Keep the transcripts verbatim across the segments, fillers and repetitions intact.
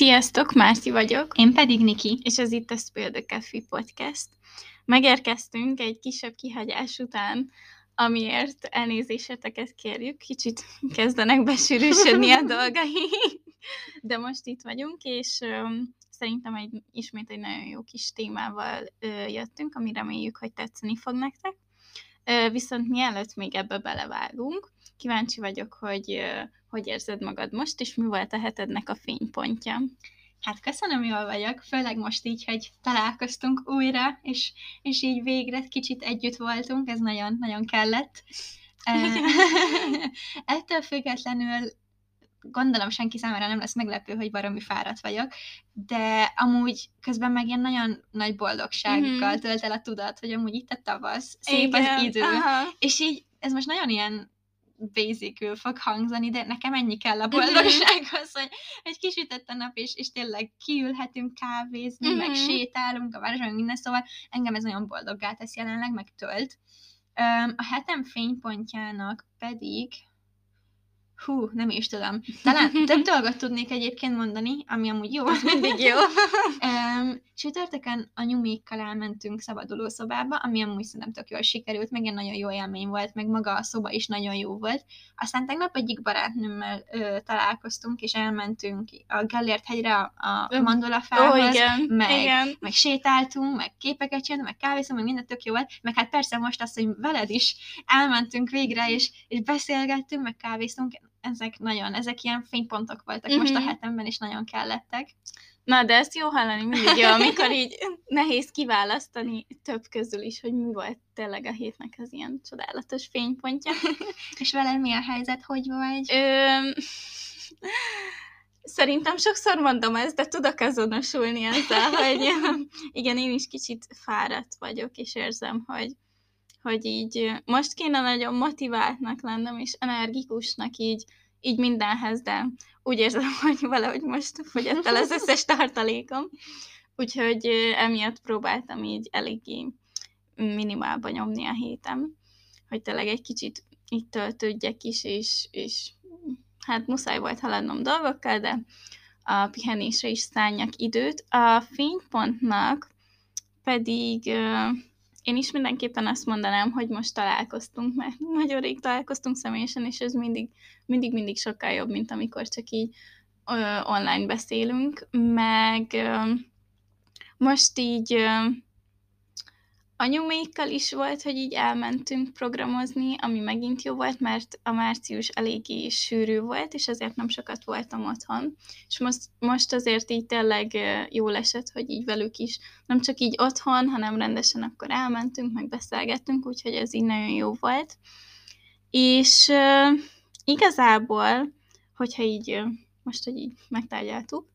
Sziasztok, Márti vagyok. Én pedig Niki. És ez itt a Spill the Coffee Podcast. Megérkeztünk egy kisebb kihagyás után, amiért elnézéseteket kérjük. Kicsit kezdenek besűrűsödni a dolgai. De most itt vagyunk, és um, szerintem egy, ismét egy nagyon jó kis témával uh, jöttünk, ami reméljük, hogy tetszeni fog nektek. Uh, viszont mielőtt még ebbe belevágunk, kíváncsi vagyok, hogy uh, hogy érzed magad most, és mi volt a hetednek a fénypontja? Hát köszönöm, jól vagyok, főleg most így, hogy találkoztunk újra, és, és így végre kicsit együtt voltunk, ez nagyon-nagyon kellett. Ettől függetlenül gondolom senki számára nem lesz meglepő, hogy baromi fáradt vagyok, de amúgy közben meg ilyen nagyon nagy boldogsággal mm-hmm. tölt el a tudat, hogy amúgy itt a tavasz, szép igen, az idő, aha. És így ez most nagyon ilyen basicül fog hangzani, de nekem ennyi kell a boldogsághoz, hogy egy kisütött a nap, és, és tényleg kiülhetünk kávézni, mm-hmm. meg sétálunk a városban, meg minden, szóval engem ez nagyon boldoggá tesz jelenleg, meg tölt. A hetem fénypontjának pedig hú, nem is tudom. Talán több dolgot tudnék egyébként mondani, ami amúgy jó. Ez mindig jó. um, Csütörtökön a nyumékkal elmentünk szabadulószobába, ami amúgy szerintem tök jól sikerült, meg egy nagyon jó élmény volt, meg maga a szoba is nagyon jó volt. Aztán tegnap egyik barátnőmmel ö, találkoztunk, és elmentünk a Gellért hegyre a, a mandolafához, oh, igen, meg, igen. meg sétáltunk, meg képeket csináltunk, meg kávéztunk, meg minden tök jó volt, meg hát persze most az, hogy veled is elmentünk végre, és, és beszélgettünk, meg kávéztunk, ezek nagyon, ezek ilyen fénypontok voltak mm-hmm. most a hetemben, és nagyon kellettek. Na, de ezt jó hallani, mindig jó, amikor így nehéz kiválasztani több közül is, hogy mi volt tényleg a hétnek az ilyen csodálatos fénypontja. És veled mi a helyzet, hogy vagy? Ö... Szerintem sokszor mondom ezt, de tudok azonosulni ezzel, hogy igen, én is kicsit fáradt vagyok, és érzem, hogy hogy így most kéne nagyon motiváltnak lennem, és energikusnak így, így mindenhez, de úgy érzem, hogy valahogy most fogyott el az összes tartalékom. Úgyhogy emiatt próbáltam így eléggé minimálba nyomni a hétem, hogy tényleg egy kicsit így töltődjek is, és, és hát muszáj volt haladnom dolgokkal, de a pihenésre is szálljak időt. A fénypontnak pedig... Én is mindenképpen azt mondanám, hogy most találkoztunk, mert nagyon rég találkoztunk személyesen, és ez mindig, mindig, mindig sokkal jobb, mint amikor csak így ö, online beszélünk, meg ö, most így ö, anyumékkal is volt, hogy így elmentünk programozni, ami megint jó volt, mert a március eléggé sűrű volt, és ezért nem sokat voltam otthon. És most, most azért így tényleg jól esett, hogy így velük is nem csak így otthon, hanem rendesen akkor elmentünk, meg beszélgettünk, úgyhogy ez így nagyon jó volt. És uh, igazából, hogyha így uh, most, hogy így megtárgyaltuk,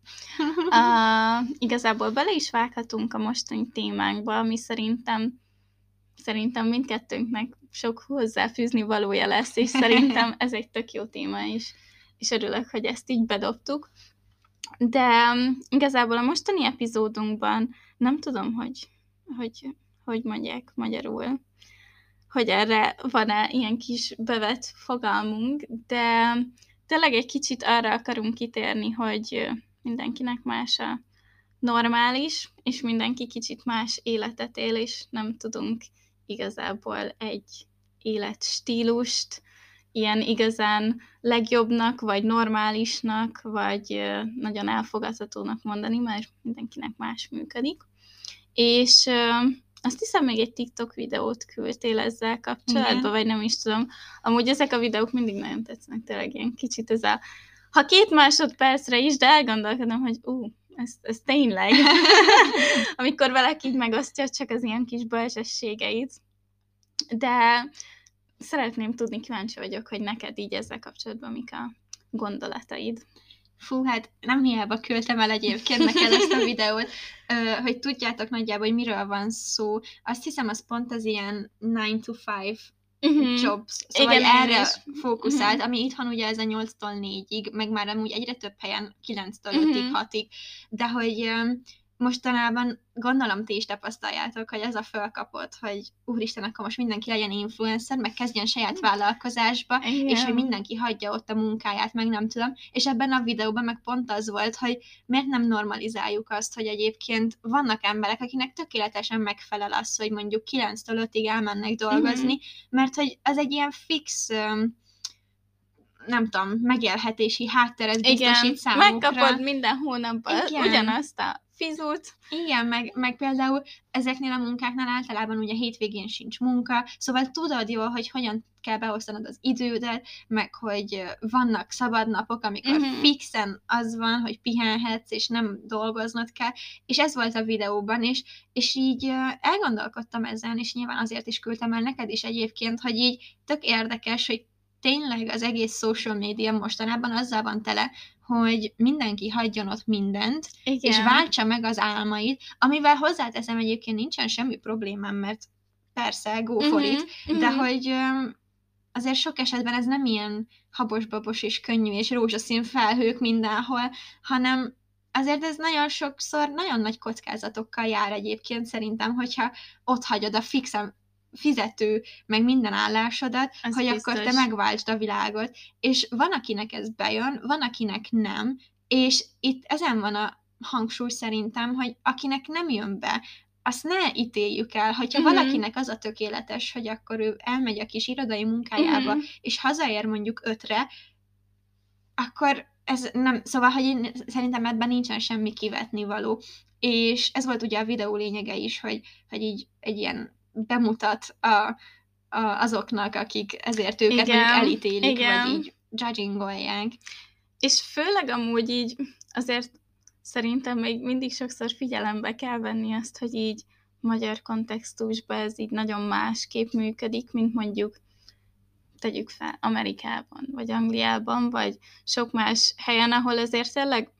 uh, igazából bele is vághatunk a mostani témánkba, ami szerintem, szerintem mindkettőnknek sok hozzáfűzni valója lesz, és szerintem ez egy tök jó téma is, és örülök, hogy ezt így bedobtuk. De um, igazából a mostani epizódunkban nem tudom, hogy, hogy, hogy mondják magyarul, hogy erre van-e ilyen kis bevett fogalmunk, de tényleg egy kicsit arra akarunk kitérni, hogy mindenkinek más a normális, és mindenki kicsit más életet él, és nem tudunk igazából egy életstílust ilyen igazán legjobbnak, vagy normálisnak, vagy nagyon elfogadhatónak mondani, mert mindenkinek más működik. És azt hiszem, még egy TikTok videót küldtél ezzel kapcsolatban, igen. Vagy nem is tudom. Amúgy ezek a videók mindig nagyon tetszenek, tényleg ilyen kicsit ez a... Ha két másodpercre is, de elgondolkodom, hogy ú, ez, ez tényleg. Amikor valaki így megosztja csak az ilyen kis bölcsességeit. De szeretném tudni, kíváncsi vagyok, hogy neked így ezzel kapcsolatban mik a gondolataid. Fú, hát nem hiába küldtem el egyébként neked ezt a videót, hogy tudjátok nagyjából, hogy miről van szó. Azt hiszem, az pont az ilyen nine to five uh-huh. jobs, szóval igen, erre fókuszált, uh-huh. ami itthon ugye ez a nyolctól négyig, meg már amúgy egyre több helyen kilenctől ötig, uh-huh. hatig, de hogy mostanában gondolom ti is tapasztaljátok, hogy ez a fölkapott, hogy úristen, akkor most mindenki legyen influencer, meg kezdjen saját vállalkozásba, Igen. és hogy mindenki hagyja ott a munkáját, meg nem tudom. És ebben a videóban meg pont az volt, hogy miért nem normalizáljuk azt, hogy egyébként vannak emberek, akinek tökéletesen megfelel az, hogy mondjuk kilenctől ötig elmennek dolgozni, mm-hmm. mert hogy az egy ilyen fix... Um, nem tudom, megélhetési hátteret biztosít igen, számukra. megkapod minden hónapban igen. ugyanazt a fizut. Igen, meg, meg például ezeknél a munkáknál általában ugye hétvégén sincs munka, szóval tudod jól, hogy hogyan kell beosztanod az idődet, meg hogy vannak szabadnapok, amikor uh-huh. fixen az van, hogy pihenhetsz, és nem dolgoznod kell, és ez volt a videóban, és, és így elgondolkodtam ezen, és nyilván azért is küldtem el neked is egyébként, hogy így tök érdekes, hogy tényleg az egész social média mostanában azzal van tele, hogy mindenki hagyjon ott mindent, igen. és váltsa meg az álmait, amivel hozzáteszem egyébként nincsen semmi problémám, mert persze, go for uh-huh, it, uh-huh. de hogy um, azért sok esetben ez nem ilyen habos-babos és könnyű és rózsaszín felhők mindenhol, hanem azért ez nagyon sokszor nagyon nagy kockázatokkal jár egyébként szerintem, hogyha ott hagyod a fixen fizető, meg minden állásodat, az hogy biztos. Akkor te megváltsd a világot. És van, akinek ez bejön, van, akinek nem, és itt ezen van a hangsúly szerintem, hogy akinek nem jön be, azt ne ítéljük el, hogyha uh-huh. valakinek az a tökéletes, hogy akkor ő elmegy a kis irodai munkájába, uh-huh. és hazaér mondjuk ötre, akkor ez nem, szóval, hogy én szerintem ebben nincsen semmi kivetnivaló. És ez volt ugye a videó lényege is, hogy, hogy így egy ilyen bemutat a, a, azoknak, akik ezért őket igen, mondjuk elítélik, igen. vagy így judgingolják. És főleg amúgy így azért szerintem még mindig sokszor figyelembe kell venni azt, hogy így magyar kontextusban ez így nagyon másképp működik, mint mondjuk tegyük fel Amerikában, vagy Angliában, vagy sok más helyen, ahol azért tényleg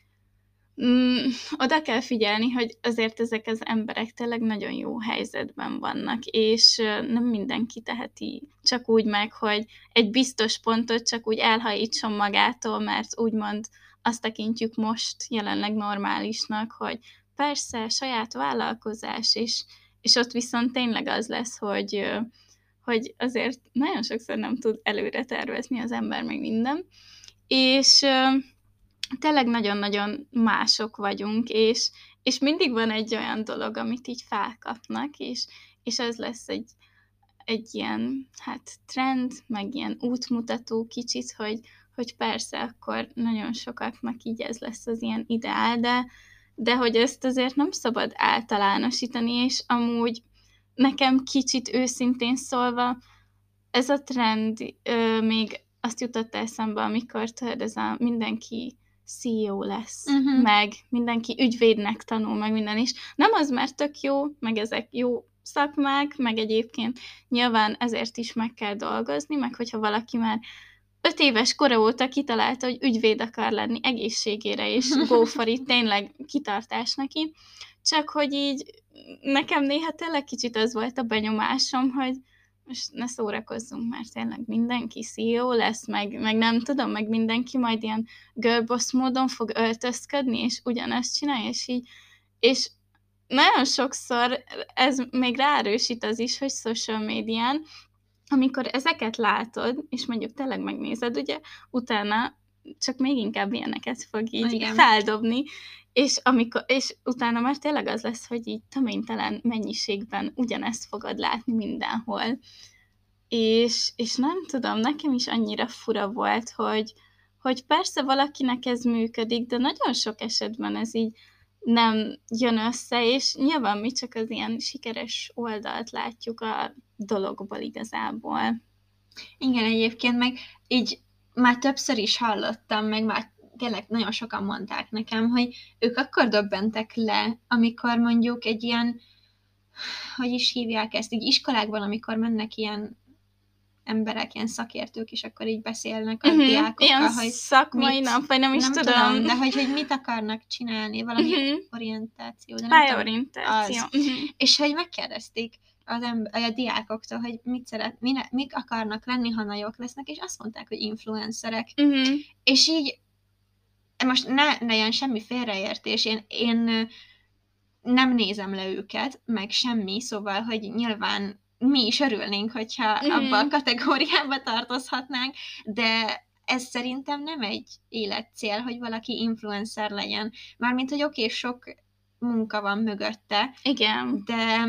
Mm, oda kell figyelni, hogy azért ezek az emberek tényleg nagyon jó helyzetben vannak, és nem mindenki teheti csak úgy meg, hogy egy biztos pontot csak úgy elhajítson magától, mert úgymond azt tekintjük most jelenleg normálisnak, hogy persze saját vállalkozás, és, és ott viszont tényleg az lesz, hogy, hogy azért nagyon sokszor nem tud előre tervezni az ember meg minden, és tényleg nagyon-nagyon mások vagyunk, és, és mindig van egy olyan dolog, amit így felkapnak, és, és ez lesz egy, egy ilyen hát trend, meg ilyen útmutató kicsit, hogy, hogy persze akkor nagyon sokaknak így ez lesz az ilyen ideál, de, de hogy ezt azért nem szabad általánosítani, és amúgy nekem kicsit őszintén szólva ez a trend ö, még azt jutott eszembe, amikor tudod, ez a mindenki cé e o lesz, uh-huh. meg mindenki ügyvédnek tanul, meg minden is. Nem az, mert tök jó, meg ezek jó szakmák, meg egyébként nyilván ezért is meg kell dolgozni, meg hogyha valaki már öt éves kora óta kitalálta, hogy ügyvéd akar lenni egészségére, és go for it, tényleg kitartás neki. Csak hogy így nekem néha tényleg kicsit az volt a benyomásom, hogy most ne szórakozzunk, mert tényleg mindenki cé e o lesz, meg, meg nem tudom, meg mindenki majd ilyen girlboss módon fog öltözködni, és ugyanazt csinálja, és így, és nagyon sokszor ez még ráerősít az is, hogy social médián, amikor ezeket látod, és mondjuk tényleg megnézed, ugye, utána csak még inkább ilyeneket fog így igen. feldobni, és, amikor, és utána már tényleg az lesz, hogy így töménytelen mennyiségben ugyanezt fogod látni mindenhol. És, és nem tudom, nekem is annyira fura volt, hogy, hogy persze valakinek ez működik, de nagyon sok esetben ez így nem jön össze, és nyilván mi csak az ilyen sikeres oldalt látjuk a dologból igazából. Igen, egyébként meg így már többször is hallottam, meg már tényleg nagyon sokan mondták nekem, hogy ők akkor döbbentek le, amikor mondjuk egy ilyen, hogy is hívják ezt, így iskolákban, amikor mennek ilyen emberek, ilyen szakértők, és akkor így beszélnek a uh-huh. diákokkal, ilyen hogy szakmai mit, nap, vagy nem is nem tudom. tudom. De hogy, hogy mit akarnak csinálni, valami uh-huh. orientáció. De nem Pályaorientáció. tudom, uh-huh. És hogy megkérdezték az ember, a diákoktól, hogy mit szeret, mine, mik akarnak lenni, ha nagyok lesznek, és azt mondták, hogy influencerek. Uh-huh. És így most ne legyen semmi félreértés, én, én nem nézem le őket, meg semmi, szóval, hogy nyilván mi is örülnénk, hogyha Mhm. abba a kategóriába tartozhatnánk, de ez szerintem nem egy életcél, hogy valaki influencer legyen. Mármint, hogy oké, okay, sok munka van mögötte, Igen. de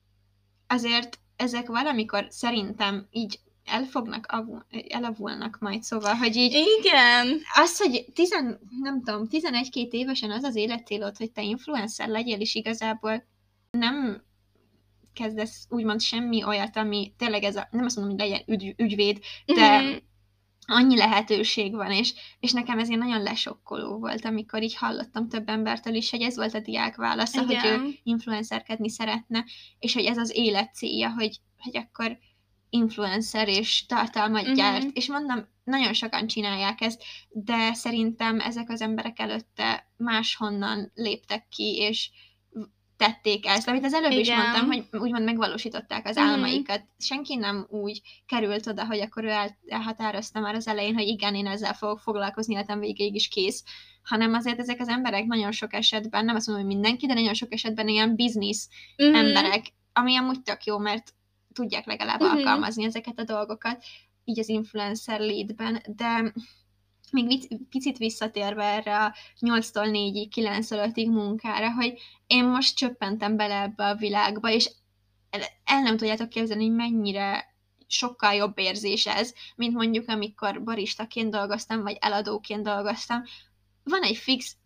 azért ezek valamikor szerintem így el fognak avul, elavulnak majd, szóval, hogy így Igen. az, hogy tizen, nem tudom, tizenegy-két évesen az az életcélod, hogy te influencer legyél, és igazából nem kezdesz úgymond semmi olyat, ami tényleg ez a, nem azt mondom, hogy legyen ügy, ügyvéd, de Mhm. annyi lehetőség van, és, és nekem ez ilyen nagyon lesokkoló volt, amikor így hallottam több embertől is, hogy ez volt a diák válasza, hogy ő Igen. influencerkedni szeretne, és hogy ez az élet célja, hogy, hogy akkor influencer és tartalmat Mhm. gyárt, és mondom, nagyon sokan csinálják ezt, de szerintem ezek az emberek előtte máshonnan léptek ki, és tették ezt, amit az előbb is Igen. mondtam, hogy úgymond megvalósították az Mhm. álmaikat. Senki nem úgy került oda, hogy akkor ő el, elhatározta már az elején, hogy igen, én ezzel fogok foglalkozni, életem végéig is kész, hanem azért ezek az emberek nagyon sok esetben, nem azt mondom, hogy mindenki, de nagyon sok esetben ilyen biznisz Mhm. emberek, ami amúgy tök jó, mert tudják legalább Mhm. alkalmazni ezeket a dolgokat, így az influencer létben, de még vic- picit visszatérve erre a nyolctól négyig, kilenctől ötig munkára, hogy én most csöppentem bele ebbe a világba, és el, el nem tudjátok képzelni, hogy mennyire sokkal jobb érzés ez, mint mondjuk, amikor baristaként dolgoztam, vagy eladóként dolgoztam. Van egy fix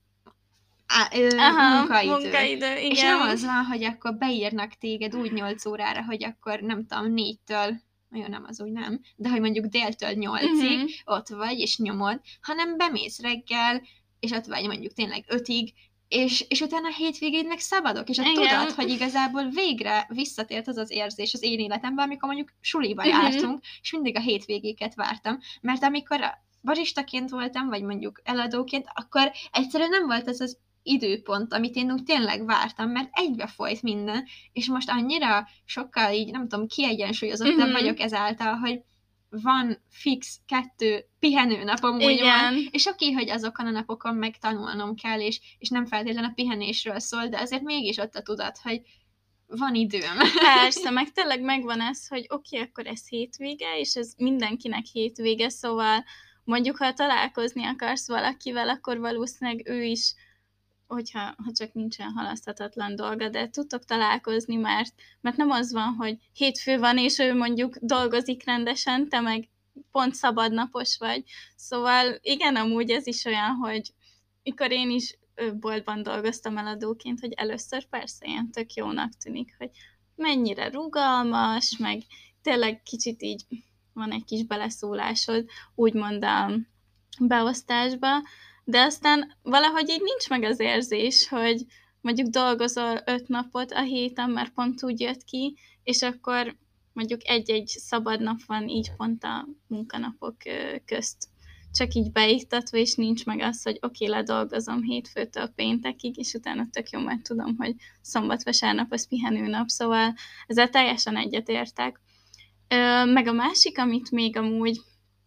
á, ö, Aha, munkaidő. munkaidő, És nem igen. az van, hogy akkor beírnak téged úgy nyolc órára, hogy akkor nem tudom, négytől, nagyon nem az úgy nem, de hogy mondjuk déltől nyolcig Mhm. ott vagy, és nyomod, hanem bemész reggel, és ott vagy mondjuk tényleg ötig, és, és utána a hétvégéd meg szabadok, és a Igen. tudod, hogy igazából végre visszatért az az érzés az én életemben, amikor mondjuk suliba Mhm. jártunk, és mindig a hétvégéket vártam, mert amikor baristaként voltam, vagy mondjuk eladóként, akkor egyszerűen nem volt ez az időpont, amit én úgy tényleg vártam, mert egybe folyt minden, és most annyira sokkal így, nem tudom, kiegyensúlyozottabb Mhm. vagyok ezáltal, hogy van fix kettő pihenőnapom, úgymond, Igen. és oké, hogy azokon a napokon meg tanulnom kell, és, és nem feltétlenül a pihenésről szól, de azért mégis ott a tudat, hogy van időm. Persze, meg tényleg megvan ez, hogy oké, okay, akkor ez hétvége, és ez mindenkinek hétvége, szóval mondjuk, ha találkozni akarsz valakivel, akkor valószínűleg ő is, hogyha ha csak nincsen halaszthatatlan dolga, de tudtok találkozni, mert, mert nem az van, hogy hétfő van, és ő mondjuk dolgozik rendesen, te meg pont szabadnapos vagy. Szóval igen, amúgy ez is olyan, hogy mikor én is ö, boltban dolgoztam eladóként, hogy először persze ilyen tök jónak tűnik, hogy mennyire rugalmas, meg tényleg kicsit így van egy kis beleszólásod, úgymond a beosztásba, de aztán valahogy így nincs meg az érzés, hogy mondjuk dolgozol öt napot a héten, mert pont úgy jött ki, és akkor mondjuk egy-egy szabad nap van így pont a munkanapok ö, közt. Csak így beiktatva, és nincs meg az, hogy oké, okay, ledolgozom hétfőtől péntekig, és utána tök jó, mert tudom, hogy szombat-vasárnap az pihenőnap, szóval ezzel teljesen egyetértek. Ö, meg a másik, amit még amúgy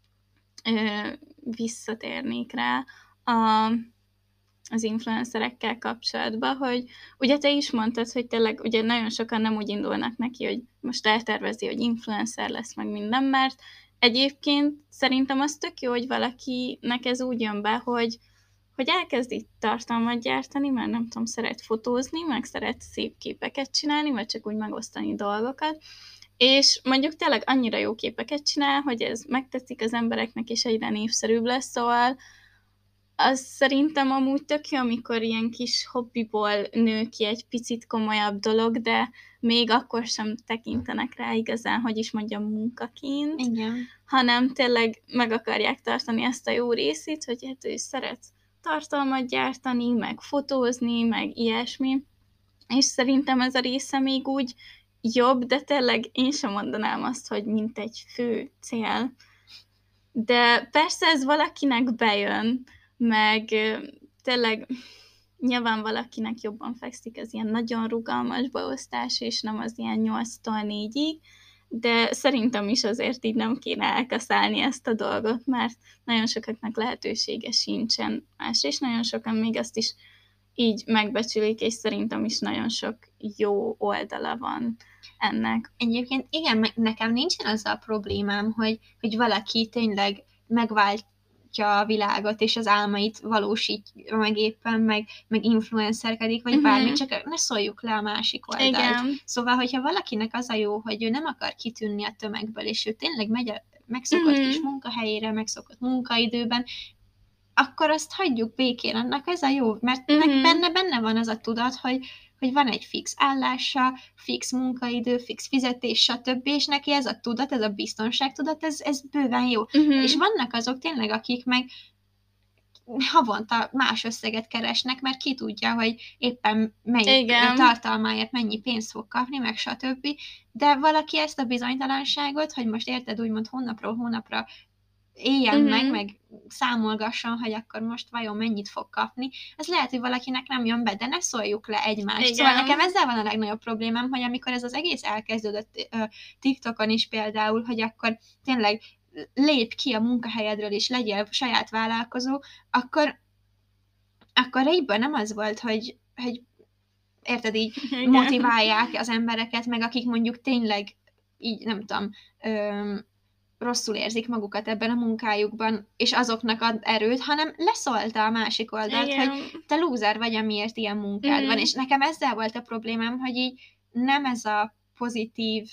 ö, visszatérnék rá, a, az influencerekkel kapcsolatban, hogy ugye te is mondtad, hogy tényleg ugye nagyon sokan nem úgy indulnak neki, hogy most eltervezi, hogy influencer lesz meg minden, mert egyébként szerintem az tök jó, hogy valakinek ez úgy jön be, hogy, hogy elkezd itt tartalmat gyártani, mert nem tudom, szeret fotózni, meg szeret szép képeket csinálni, vagy csak úgy megosztani dolgokat, és mondjuk tényleg annyira jó képeket csinál, hogy ez megtetszik az embereknek, és egyre népszerűbb lesz, szóval az szerintem amúgy tök jó, amikor ilyen kis hobbiból nő ki egy picit komolyabb dolog, de még akkor sem tekintenek rá igazán, hogy is mondjam, munkaként, Igen. hanem tényleg meg akarják tartani ezt a jó részét, hogy hát ő szeret tartalmat gyártani, meg fotózni, meg ilyesmi, és szerintem ez a része még úgy jobb, de tényleg én sem mondanám azt, hogy mint egy fő cél. De persze ez valakinek bejön, meg tényleg nyilván valakinek jobban fekszik az ilyen nagyon rugalmas beosztás, és nem az ilyen nyolctól négyig, de szerintem is azért így nem kéne elkaszálni ezt a dolgot, mert nagyon sokaknak lehetősége sincsen más, és nagyon sokan még azt is így megbecsülik, és szerintem is nagyon sok jó oldala van ennek. Egyébként igen, nekem nincsen azzal problémám, hogy, hogy valaki tényleg megváltja a világot, és az álmait valósítja meg éppen, meg, meg influencerkedik, vagy uh-huh. bármi, csak ne szóljuk le a másik oldalt. Igen. Szóval, hogyha valakinek az a jó, hogy ő nem akar kitűnni a tömegből, és ő tényleg megy a megszokott uh-huh. kis munkahelyére, megszokott munkaidőben, akkor azt hagyjuk békén, annak ez a jó, mert uh-huh. benne, benne van az a tudat, hogy, hogy van egy fix állása, fix munkaidő, fix fizetés, stb. És neki ez a tudat, ez a biztonságtudat, ez, ez bőven jó. Uh-huh. És vannak azok tényleg, akik meg havonta más összeget keresnek, mert ki tudja, hogy éppen melyik Igen. tartalmáért mennyi pénzt fog kapni, meg stb. De valaki ezt a bizonytalanságot, hogy most érted úgymond hónapról hónapra éljen uh-huh. meg, meg számolgasson, hogy akkor most vajon mennyit fog kapni. Ez lehet, hogy valakinek nem jön be, de ne szóljuk le egymást. Igen. Szóval nekem ezzel van a legnagyobb problémám, hogy amikor ez az egész elkezdődött uh, TikTokon is például, hogy akkor tényleg lép ki a munkahelyedről, és legyél saját vállalkozó, akkor, akkor egyből nem az volt, hogy, hogy érted, így Igen. motiválják az embereket, meg akik mondjuk tényleg így, nem tudom, öm, rosszul érzik magukat ebben a munkájukban, és azoknak ad erőt, hanem leszólta a másik oldalt, Igen. hogy te lúzer vagy, amiért ilyen munkád mm. van, és nekem ezzel volt a problémám, hogy így nem ez a pozitív,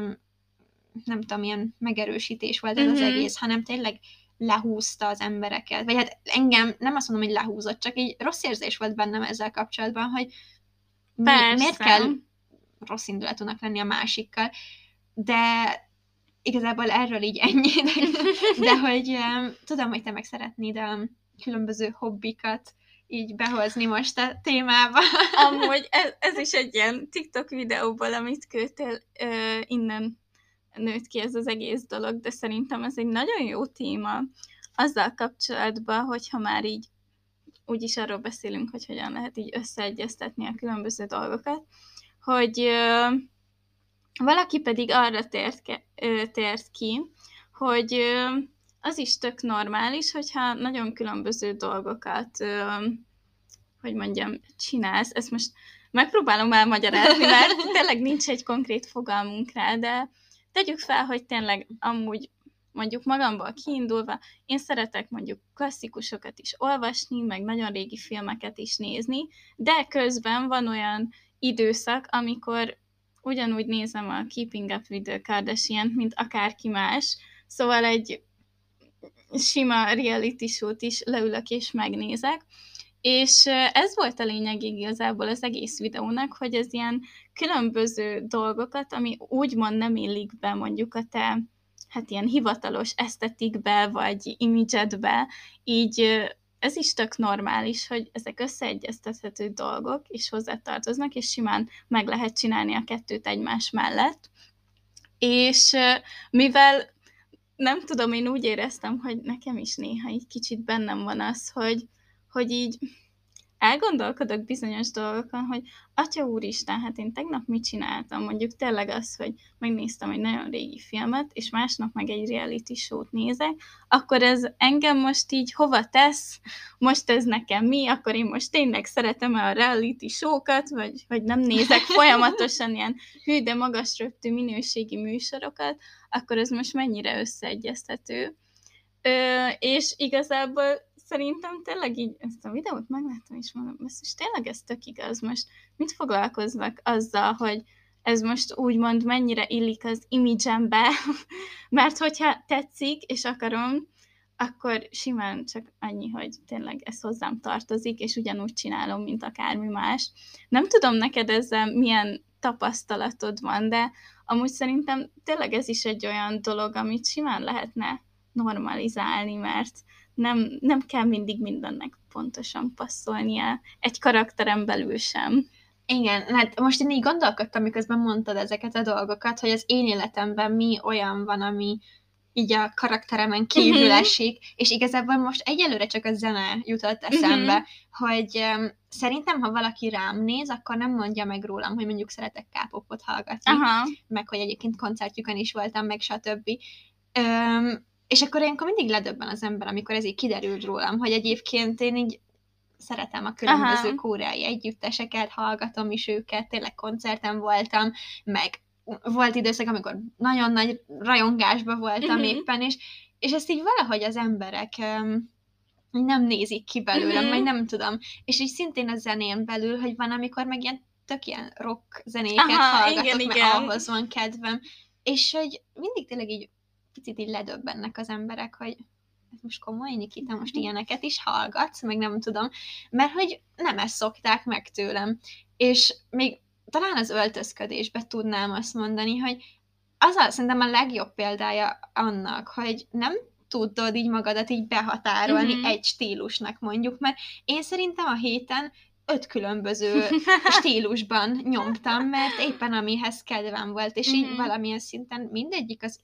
nem tudom, ilyen megerősítés volt ez mm-hmm. az egész, hanem tényleg lehúzta az embereket, vagy hát engem nem azt mondom, hogy lehúzott, csak így rossz érzés volt bennem ezzel kapcsolatban, hogy mi, miért kell rossz indulatúnak lenni a másikkal, de igazából erről így ennyi, de, de hogy um, tudom, hogy te meg szeretnéd a különböző hobbikat így behozni most a témába. Amúgy ez, ez is egy ilyen TikTok videóból, amit küldtél, uh, innen nőtt ki ez az egész dolog, de szerintem ez egy nagyon jó téma azzal kapcsolatban, hogyha már így úgyis arról beszélünk, hogy hogyan lehet így összeegyeztetni a különböző dolgokat, hogy uh, valaki pedig arra tért, ke, ö, tért ki, hogy ö, az is tök normális, hogyha nagyon különböző dolgokat, ö, hogy mondjam, csinálsz. Ezt most megpróbálom elmagyarázni, mert tényleg nincs egy konkrét fogalmunk rá, de tegyük fel, hogy tényleg amúgy mondjuk magamból kiindulva, én szeretek mondjuk klasszikusokat is olvasni, meg nagyon régi filmeket is nézni, de közben van olyan időszak, amikor ugyanúgy nézem a Keeping Up with the Kardashian-t, mint akárki más, szóval egy sima reality show-t is leülök és megnézek, és ez volt a lényeg igazából az egész videónak, hogy ez ilyen különböző dolgokat, ami úgymond nem illik be mondjuk a te, hát ilyen hivatalos esztetikbe, vagy imidzsedbe, így ez is tök normális, hogy ezek összeegyeztethető dolgok, és hozzátartoznak, és simán meg lehet csinálni a kettőt egymás mellett. És mivel nem tudom, én úgy éreztem, hogy nekem is néha egy kicsit bennem van az, hogy, hogy így elgondolkodok bizonyos dolgokon, hogy Atya úristen, hát én tegnap mit csináltam? Mondjuk tényleg az, hogy megnéztem egy nagyon régi filmet, és másnap meg egy reality show-t nézek, akkor ez engem most így hova tesz? Most ez nekem mi? Akkor én most tényleg szeretem-e a reality show-kat, vagy, vagy nem nézek folyamatosan ilyen hű, de magas röptű minőségi műsorokat, akkor ez most mennyire összeegyeztető? Ö, és igazából szerintem tényleg így ezt a videót megláttam, és mondom, és tényleg ez tök igaz, most mit foglalkoznak azzal, hogy ez most úgymond mennyire illik az imidzsembe, mert hogyha tetszik, és akarom, akkor simán csak annyi, hogy tényleg ez hozzám tartozik, és ugyanúgy csinálom, mint akármi más. Nem tudom neked ezzel milyen tapasztalatod van, de amúgy szerintem tényleg ez is egy olyan dolog, amit simán lehetne normalizálni, mert nem, nem kell mindig mindennek pontosan passzolnia, egy karakteren belül sem. Igen, hát most én így gondolkodtam, miközben mondtad ezeket a dolgokat, hogy az én életemben mi olyan van, ami így a karakteremen kívül uh-huh. esik, és igazából most egyelőre csak a zene jutott eszembe, uh-huh. hogy um, szerintem, ha valaki rám néz, akkor nem mondja meg rólam, hogy mondjuk szeretek K-popot hallgatni, uh-huh. meg hogy egyébként koncertjükön is voltam, meg stb. Um, és akkor ilyenkor mindig ledöbben az ember, amikor ez így kiderült rólam, hogy egyébként én így szeretem a különböző Aha. koreai együtteseket, hallgatom is őket, tényleg koncerten voltam, meg volt időszak, amikor nagyon nagy rajongásban voltam Mhm. éppen, és, és ezt így valahogy az emberek um, nem nézik ki belőlem, Mhm. vagy nem tudom. És így szintén a zenén belül, hogy van, amikor meg ilyen tök ilyen rock zenéket Aha, hallgatok, igen, mert igen. ahhoz van kedvem, és hogy mindig tényleg így picit így ledöbbennek az emberek, hogy ez most komoly, Niki, te most ilyeneket is hallgatsz, meg nem tudom, mert hogy nem ezt szokták meg tőlem. És még talán az öltözködésbe tudnám azt mondani, hogy az a, szerintem a legjobb példája annak, hogy nem tudod így magadat így behatárolni Mhm. egy stílusnak mondjuk, mert én szerintem a héten öt különböző stílusban nyomtam, mert éppen amihez kedvem volt, és így Mhm. valamilyen szinten mindegyik az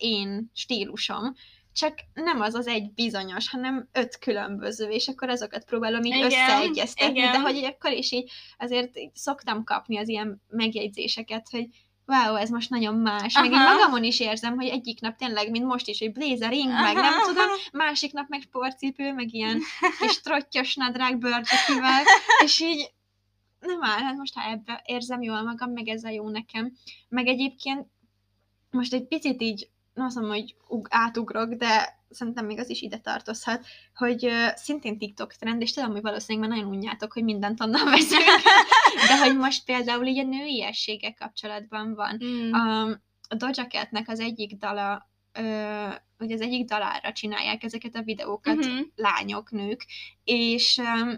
én stílusom, csak nem az az egy bizonyos, hanem öt különböző, és akkor azokat próbálom így Igen, összeegyeztetni, de igen. hogy akkor is így azért így szoktam kapni az ilyen megjegyzéseket, hogy wow, ez most nagyon más. Meg én Aha. magamon is érzem, hogy egyik nap tényleg, mint most is, hogy blazering, meg Aha, nem tudom, aha. másik nap meg sportcipő, meg ilyen kis trottyos nadrág bőrcsekivel, és így nem áll, hát most ha ebbe érzem jól magam, meg ez a jó nekem. Meg egyébként most egy picit így, nem azt mondom, hogy ug- átugrok, de szerintem még az is ide tartozhat, hogy uh, szintén TikTok trend, és tudom, hogy valószínűleg már nagyon unjátok, hogy mindent onnan veszünk, de hogy most például így a nőiességgel kapcsolatban van. Mm. Um, a Doja Catnek az egyik dala, uh, hogy az egyik dalára csinálják ezeket a videókat Mhm. lányok, nők, és um,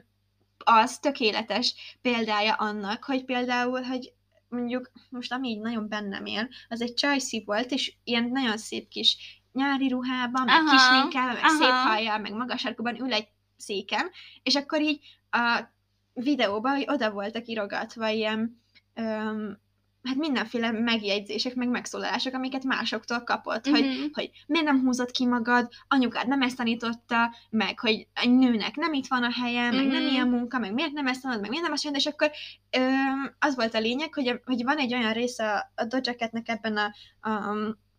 az tökéletes példája annak, hogy például, hogy mondjuk most ami így nagyon bennem él, az egy csajszi volt, és ilyen nagyon szép kis nyári ruhában, meg kis Aha, sminkelve, meg szép aha. hajjal, meg magas sarkúban ül egy széken, és akkor így a videóban, hogy oda voltak írogatva ilyen öm, hát mindenféle megjegyzések, meg megszólalások, amiket másoktól kapott, hogy, Mhm. hogy miért nem húzott ki magad, anyukád nem ezt tanította, meg hogy egy nőnek nem itt van a helye, meg nem Mhm. ilyen munka, meg miért nem ezt tanod, meg miért nem azt csinálod, és akkor öm, az volt a lényeg, hogy, hogy van egy olyan része a, a Doja Catnek ebben a, a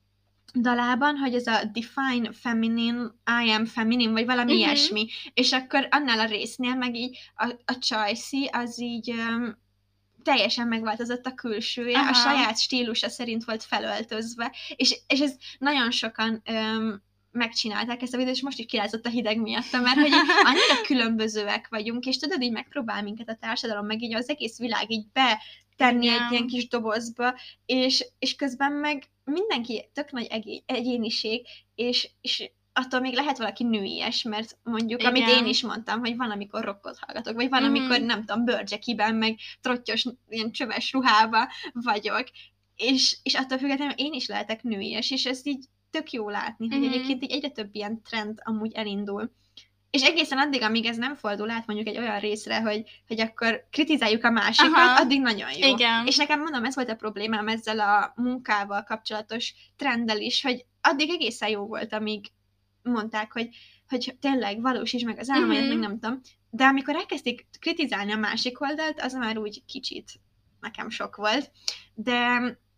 dalában, hogy ez a define feminine, I am feminine, vagy valami Mhm. ilyesmi, és akkor annál a résznél meg így a, a Chelsea az így öm, teljesen megváltozott a külsője, Aha. a saját stílusa szerint volt felöltözve, és, és ez nagyon sokan öm, megcsinálták ezt a videót, és most is kirázott a hideg miatta, mert hogy így annyira különbözőek vagyunk, és tudod, így megpróbál minket a társadalom, meg így az egész világ így betenni Igen. egy ilyen kis dobozba, és, és közben meg mindenki tök nagy egé- egyéniség, és, és attól még lehet valaki nőies, mert mondjuk, Igen. amit én is mondtam, hogy van, amikor rockot hallgatok, vagy van, Mhm. amikor nem tudom, bőrcsekiben, meg trottyos, ilyen csöves ruhába vagyok, és, és attól függetlenül én is lehetek nőies, és ezt így tök jó látni, hogy Mhm. egyébként így egyre több ilyen trend amúgy elindul. És egészen addig, amíg ez nem fordul át mondjuk egy olyan részre, hogy, hogy akkor kritizáljuk a másikat, Aha. addig nagyon jó. Igen. És nekem mondom, ez volt a problémám ezzel a munkával kapcsolatos trenddel is, hogy addig egészen jó volt, amíg mondták, hogy, hogy tényleg valósítsd meg az álmaidat, Mhm. meg nem tudom. De amikor elkezdték kritizálni a másik oldalt, az már úgy kicsit nekem sok volt. De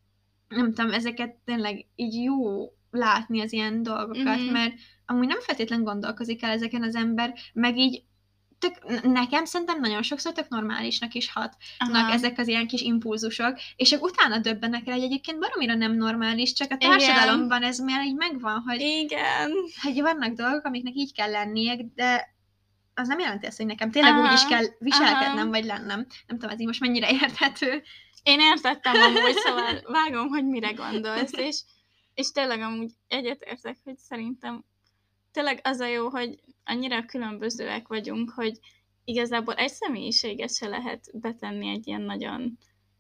nem tudom, ezeket tényleg így jó látni az ilyen dolgokat, Mhm. mert amúgy nem feltétlen gondolkozik el ezeken az ember, meg így tök, nekem szerintem nagyon sokszor tök normálisnak is hatnak Aha. ezek az ilyen kis impulzusok, és csak utána döbbenek rá, hogy egyébként baromira nem normális, csak a Igen. társadalomban ez már így megvan, hogy, Igen. hogy vannak dolgok, amiknek így kell lenniek, de az nem jelenti azt, hogy nekem tényleg úgy is Aha. kell viselkednem, Aha. vagy lennem. Nem tudom, ez így most mennyire érthető. Én értettem amúgy, szóval vágom, hogy mire gondolsz, és, és tényleg amúgy egyetértek, hogy szerintem tényleg az a jó, hogy annyira különbözőek vagyunk, hogy igazából egy személyiséget se lehet betenni egy ilyen nagyon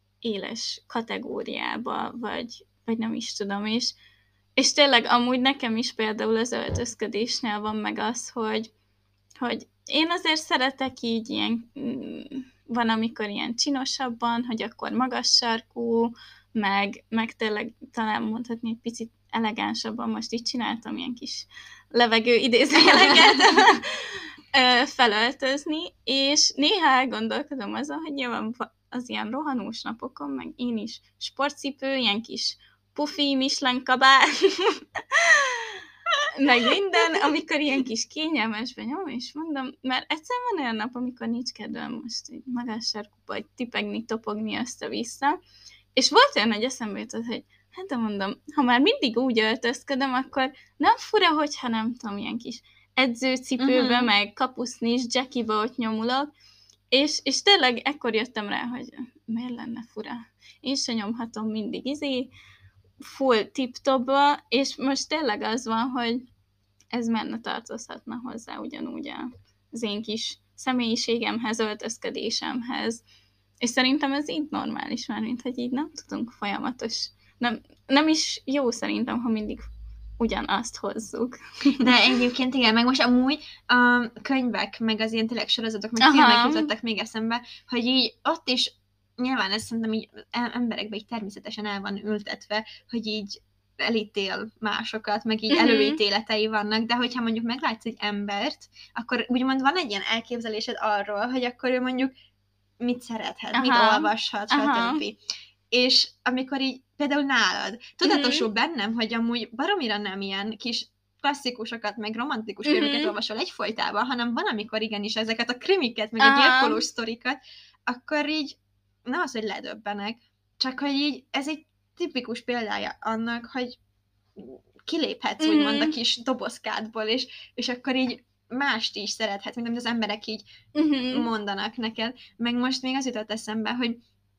éles kategóriába, vagy, vagy nem is tudom is. És tényleg amúgy nekem is például az öltözködésnél van meg az, hogy, hogy én azért szeretek így ilyen, mm, van amikor ilyen csinosabban, hogy akkor magas sarkú, meg, meg tényleg talán mondhatni egy picit elegánsabban, most így csináltam ilyen kis levegő idézőjeleket ö, felöltözni, és néha elgondolkodom azon, hogy nyilván va- az ilyen rohanós napokon, meg én is sportcipő, ilyen kis pufi Michelin kabát, meg minden, amikor ilyen kis kényelmesben nyom, és mondom, mert egyszer van olyan nap, amikor nincs kedvem most így magas sarkuba, hogy tipegni, topogni össze-vissza, és volt olyan, hogy eszembe jutott, hogy hát de mondom, ha már mindig úgy öltözködöm, akkor nem fura, hogyha nem tudom, ilyen kis edzőcipőbe, uh-huh. meg kapusznis, jackiba ott nyomulok, és, és tényleg ekkor jöttem rá, hogy miért lenne fura. Én sem nyomhatom mindig izé, full tip-topba, és most tényleg az van, hogy ez menne tartozhatna hozzá ugyanúgy az én kis személyiségemhez, öltözködésemhez. És szerintem ez így normális már, mint hogy így nem tudunk folyamatos, nem, nem is jó szerintem, ha mindig ugyanazt hozzuk. De egyébként igen, meg most amúgy a könyvek, meg az ilyen tényleg sorozatok, meg filmek jutottak még eszembe, hogy így ott is nyilván ez szerintem így emberekben így természetesen el van ültetve, hogy így elítél másokat, meg így uh-huh. előítéletei vannak, de hogyha mondjuk meglátsz egy embert, akkor úgymond van egy ilyen elképzelésed arról, hogy akkor ő mondjuk mit szerethet, aha. mit olvashat, stb. És amikor így például nálad, tudatosul uh-huh. bennem, hogy amúgy baromira nem ilyen kis klasszikusokat, meg romantikus uh-huh. filmeket olvasol egyfolytában, hanem van, amikor igenis ezeket a krimiket, meg uh-huh. a gyilkolós sztorikat, akkor így nem az, hogy ledöbbenek, csak hogy így ez egy tipikus példája annak, hogy kiléphetsz, mm-hmm. úgymond a kis dobozkádból, és, és akkor így mást is szerethetsz, mint amit az emberek így mm-hmm. mondanak neked. Meg most még az jutott eszembe, hogy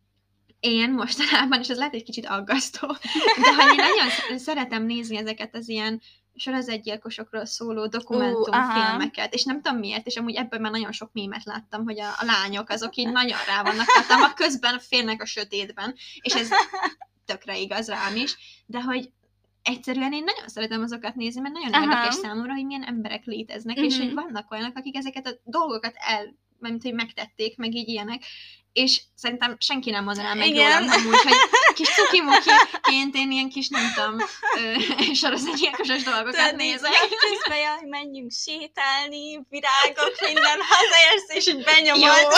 én mostanában, és ez lehet egy kicsit aggasztó, de hogy én nagyon szeretem nézni ezeket az ilyen sorozatgyilkosokról szóló dokumentumfilmeket, uh, és nem tudom miért, és amúgy ebből már nagyon sok mémet láttam, hogy a, a lányok azok így nagyon rá vannak tartva, közben félnek a sötétben, és ez tökre igaz rám is, de hogy egyszerűen én nagyon szeretem azokat nézni, mert nagyon érdekes számomra, hogy milyen emberek léteznek, uh-huh. és hogy vannak olyanok, akik ezeket a dolgokat el, mint hogy megtették, meg így ilyenek, és szerintem senki nem mondaná meg rólam amúgy, hogy kis cuki-mukiként én ilyen kis, nem tudom, sorozatgyilkosos dolgokat Tudod, nézek. Közben jaj, menjünk sétálni, virágok, minden hazaérsz, és így benyomod.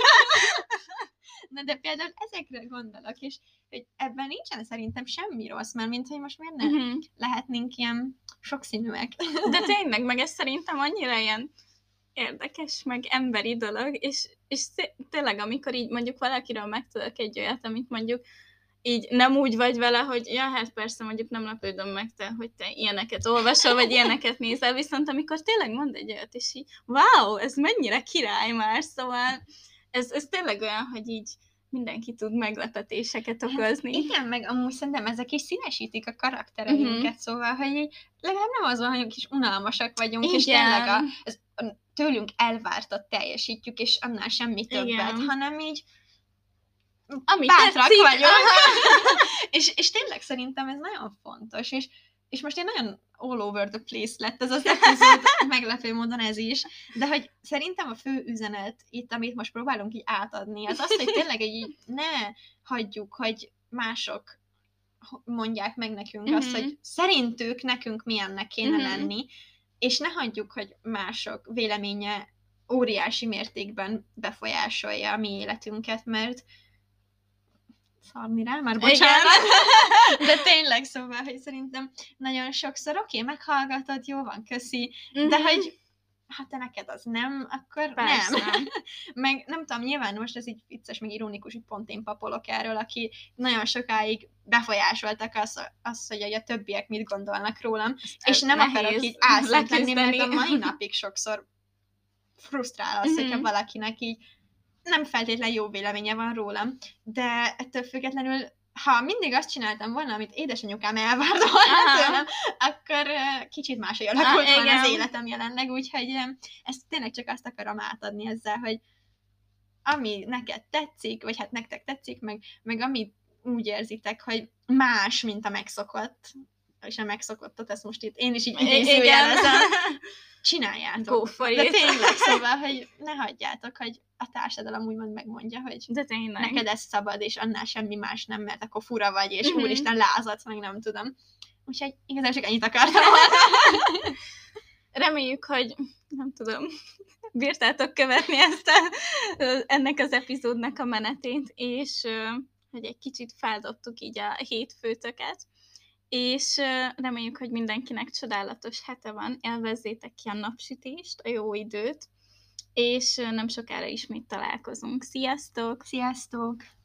Na de például ezekre gondolok, és hogy ebben nincsen szerintem semmi rossz, mert mint hogy most miért nem uh-huh. lehetnénk ilyen sokszínűek. De tényleg, meg ez szerintem annyira ilyen érdekes, meg emberi dolog, és, és tényleg, amikor így mondjuk valakiről megtudok egy olyat, amit mondjuk így nem úgy vagy vele, hogy ja, hát persze, mondjuk nem lepődöm meg te, hogy te ilyeneket olvasol, vagy ilyeneket nézel, viszont amikor tényleg mond egy olyat, és így, wow, ez mennyire király már, szóval ez, ez tényleg olyan, hogy így mindenki tud meglepetéseket okozni. Hát igen, meg amúgy szerintem ezek is színesítik a karaktereinket, uh-huh. szóval, hogy így legalább nem az van, hogy kis unalmasak vagyunk, igen. és tényleg a, az, a tőlünk elvártat teljesítjük, és annál semmi többet, igen. hanem így Ami bátrak vagyunk. és, és tényleg szerintem ez nagyon fontos, és, és most én nagyon all over the place lett ez az epizód, meglepő módon ez is, de hogy szerintem a fő üzenet itt, amit most próbálunk így átadni, az az, hogy tényleg így ne hagyjuk, hogy mások mondják meg nekünk mm-hmm. azt, hogy szerintük nekünk milyennek kéne mm-hmm. lenni, és ne hagyjuk, hogy mások véleménye óriási mértékben befolyásolja a mi életünket, mert szarni rá, már bocsánat. De tényleg, szóval, hogy szerintem nagyon sokszor oké, okay, meghallgatod, jó van, köszi, mm-hmm. de hogy ha te neked az nem, akkor persze. nem. Meg nem tudom, nyilván most ez így vicces, meg ironikus, hogy pont én papolok erről, aki nagyon sokáig befolyásoltak azt, az, hogy a többiek mit gondolnak rólam, ezt és nem nehéz akarok így álszint lenni, mert a mai napig sokszor frusztrál az, mm-hmm. hogyha valakinek így nem feltétlenül jó véleménye van rólam, de ettől függetlenül, ha mindig azt csináltam volna, amit édesanyukám elvárt volna tőlem, akkor kicsit máshogy alakult ah, volna az életem jelenleg, úgyhogy ezt tényleg csak azt akarom átadni ezzel, hogy ami neked tetszik, vagy hát nektek tetszik, meg, meg amit úgy érzitek, hogy más, mint a megszokott, és a megszokottat, ezt most itt én is így idézőjelezem, csináljátok. De tényleg, szóval, hogy ne hagyjátok, hogy a társadalom úgymond megmondja, hogy de tényleg. Neked ez szabad, és annál semmi más nem, mert akkor fura vagy, és uh-huh. úristen lázadsz, meg nem tudom. Úgyhogy igazából csak ennyit akartam. Reméljük, hogy nem tudom, bírtátok követni ezt a, ennek az epizódnak a menetét, és hogy egy kicsit feldobtuk így a hétfőtöket, és reméljük, hogy mindenkinek csodálatos hete van, élvezzétek ki a napsütést, a jó időt, és nem sokára ismét találkozunk. Sziasztok! Sziasztok!